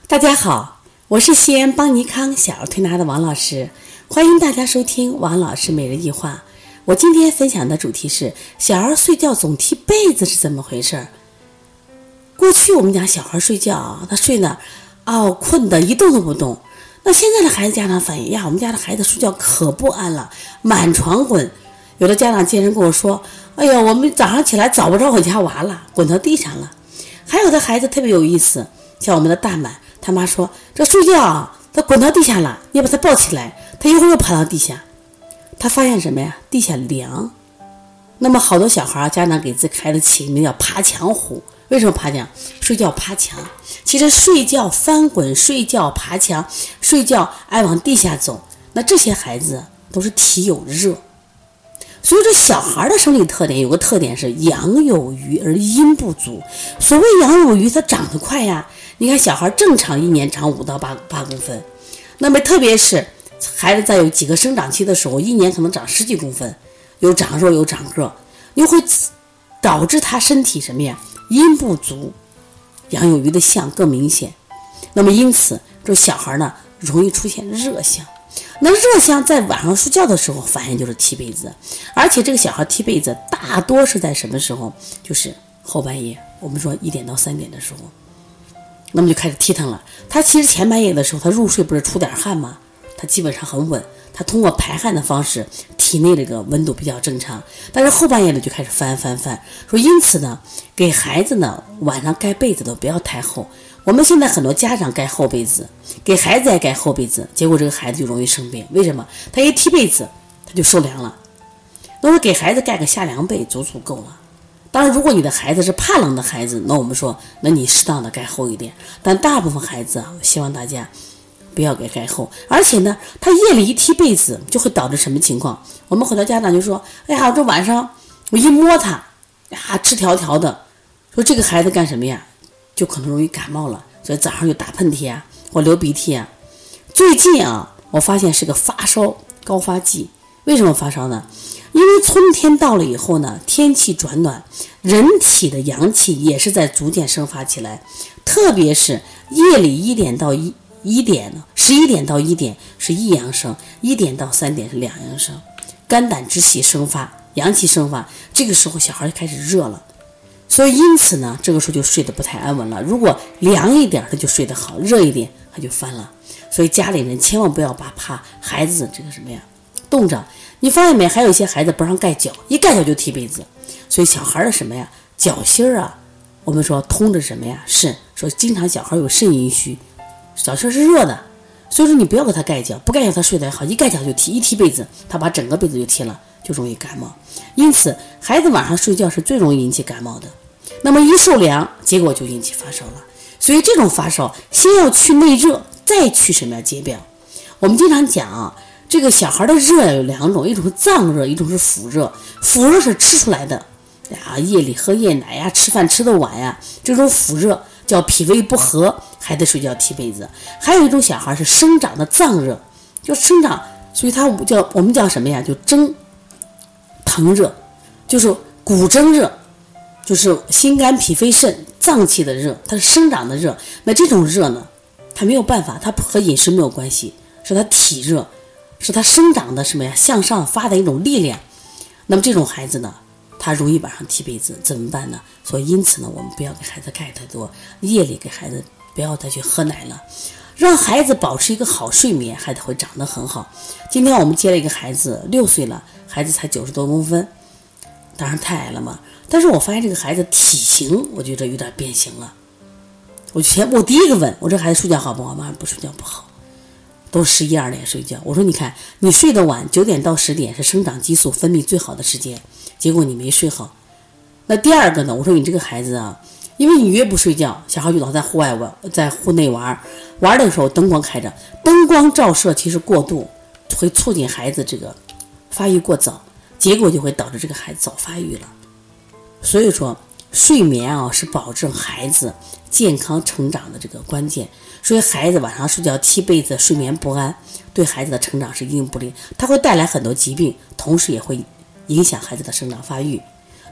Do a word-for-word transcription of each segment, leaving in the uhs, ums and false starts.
大家好，我是西安邦尼康小儿推拿的王老师，欢迎大家收听王老师每日一话。我今天分享的主题是小孩睡觉总踢被子是怎么回事。过去我们讲小孩睡觉，他睡呢，哦，困得一动都不动。那现在的孩子家长反映呀，我们家的孩子睡觉可不安了，满床滚。有的家长见人跟我说，哎呦，我们早上起来找不着我家娃了，滚到地上了。还有的孩子特别有意思，像我们的大满，他妈说这睡觉啊，他滚到地下了，你把他抱起来，他一会儿又爬到地下，他发现什么呀？地下凉。那么好多小孩家长给自己开的起名叫爬墙虎。为什么爬墙？睡觉爬墙。其实睡觉翻滚，睡觉爬墙，睡觉爱往地下走，那这些孩子都是体有热。所以这小孩的生理特点有个特点是阳有余而阴不足。所谓阳有余，它长得快呀。你看小孩正常一年长五到八八公分，那么特别是孩子在有几个生长期的时候，一年可能长十几公分，有长肉有长个，又会导致他身体什么呀？阴不足，阳有余的象更明显。那么因此这小孩呢容易出现热象。那热象在晚上睡觉的时候反应就是踢被子，而且这个小孩踢被子大多是在什么时候？就是后半夜，我们说一点到三点的时候，那么就开始踢腾了。他其实前半夜的时候他入睡不是出点汗吗？他基本上很稳，他通过排汗的方式体内这个温度比较正常。但是后半夜呢就开始翻翻翻，说因此呢给孩子呢晚上盖被子都不要太厚。我们现在很多家长盖厚被子，给孩子也盖厚被子，结果这个孩子就容易生病。为什么？他一踢被子他就受凉了。那么给孩子盖个夏凉被足足够了。当然如果你的孩子是怕冷的孩子，那我们说那你适当的盖厚一点，但大部分孩子啊，我希望大家不要给盖厚。而且呢他夜里一踢被子就会导致什么情况？我们很多家长就说，哎呀，这晚上我一摸他呀赤条条的，说这个孩子干什么呀？就可能容易感冒了，所以早上就打喷嚏啊或流鼻涕啊。最近啊我发现是个发烧高发季。为什么发烧呢？因为春天到了以后呢，天气转暖，人体的阳气也是在逐渐生发起来，特别是夜里一点到一一点呢，十一点到一点是一阳生，一点到三点是两阳生，肝胆之气生发，阳气生发，这个时候小孩就开始热了。所以因此呢这个时候就睡得不太安稳了。如果凉一点他就睡得好，热一点他就翻了。所以家里人千万不要把怕孩子这个什么呀冻着。你发现没？还有一些孩子不让盖脚，一盖脚就踢被子。所以小孩的什么呀脚心啊，我们说通着什么呀肾，说经常小孩有肾阴虚，脚心是热的。所以说你不要给他盖脚，不盖脚他睡得好，一盖脚就踢，一踢被子他把整个被子就踢了，就容易感冒。因此孩子晚上睡觉是最容易引起感冒的。那么一受凉，结果就引起发烧了。所以这种发烧先要去内热，再去什么呀解表。我们经常讲啊，这个小孩的热有两种，一种是脏热，一种是腑热。腑热是吃出来的啊，夜里喝夜奶呀，吃饭吃得晚呀，这种腑热叫脾胃不和，孩子睡觉踢被子。还有一种小孩是生长的脏热，就生长，所以它叫我们叫什么呀？就蒸腾热，就是骨蒸热，就是心肝脾肺肾脏器的热，它是生长的热。那这种热呢，它没有办法，它和饮食没有关系，是它体热，是它生长的什么呀向上发的一种力量。那么这种孩子呢，他容易晚上踢被子，怎么办呢？所以因此呢，我们不要给孩子盖太多，夜里给孩子不要再去喝奶了，让孩子保持一个好睡眠，孩子会长得很好。今天我们接了一个孩子，六岁了，孩子才九十多公分，当然太矮了嘛。但是我发现这个孩子体型，我觉得有点变形了。我前我第一个问我这孩子睡觉好不好？妈不睡觉不好，都十一二点睡觉。我说你看你睡得晚，九点到十点是生长激素分泌最好的时间，结果你没睡好。那第二个呢？我说你这个孩子啊，因为你越不睡觉，小孩就老在户外玩，在户内玩，玩的时候灯光开着，灯光照射其实过度会促进孩子这个发育过早，结果就会导致这个孩子早发育了。所以说睡眠啊是保证孩子健康成长的这个关键。所以孩子晚上睡觉踢被子，睡眠不安，对孩子的成长是一定不利，它会带来很多疾病，同时也会影响孩子的生长发育。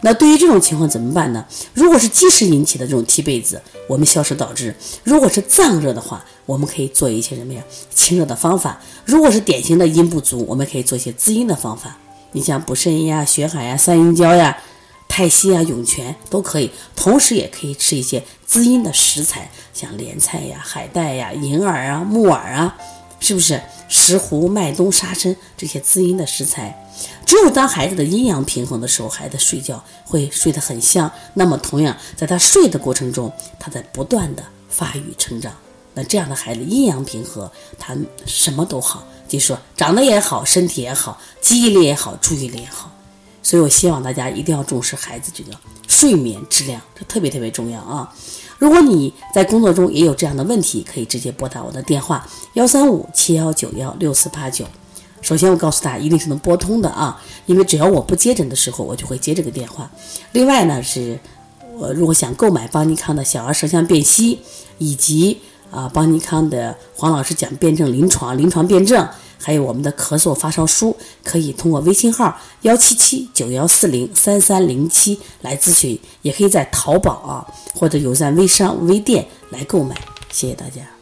那对于这种情况怎么办呢？如果是积食引起的这种踢被子，我们消食导致；如果是脏热的话，我们可以做一些什么呀？清热的方法。如果是典型的阴不足，我们可以做一些滋阴的方法。你像补肾呀、血海呀、三阴交呀、太溪啊、涌泉都可以。同时也可以吃一些滋阴的食材，像莲菜呀、海带呀、银耳啊、木耳啊，是不是？石斛、麦冬、沙参这些滋阴的食材。只有当孩子的阴阳平衡的时候，孩子睡觉会睡得很香。那么同样在他睡的过程中，他在不断的发育成长。那这样的孩子阴阳平和，他什么都好，就是说长得也好，身体也好，记忆力也好，注意力也好。所以我希望大家一定要重视孩子这个睡眠质量，这特别特别重要啊！如果你在工作中也有这样的问题，可以直接拨打我的电话幺三五七幺九幺六四八九。首先我告诉大家一定是能拨通的啊，因为只要我不接诊的时候，我就会接这个电话。另外呢，是我如果想购买邦尼康的小儿舌象辨析，以及啊邦尼康的黄老师讲辩证临床临床辩证，还有我们的咳嗽发烧书，可以通过微信号幺七七九幺四零三三零七来咨询，也可以在淘宝啊或者有在微商微店来购买。谢谢大家。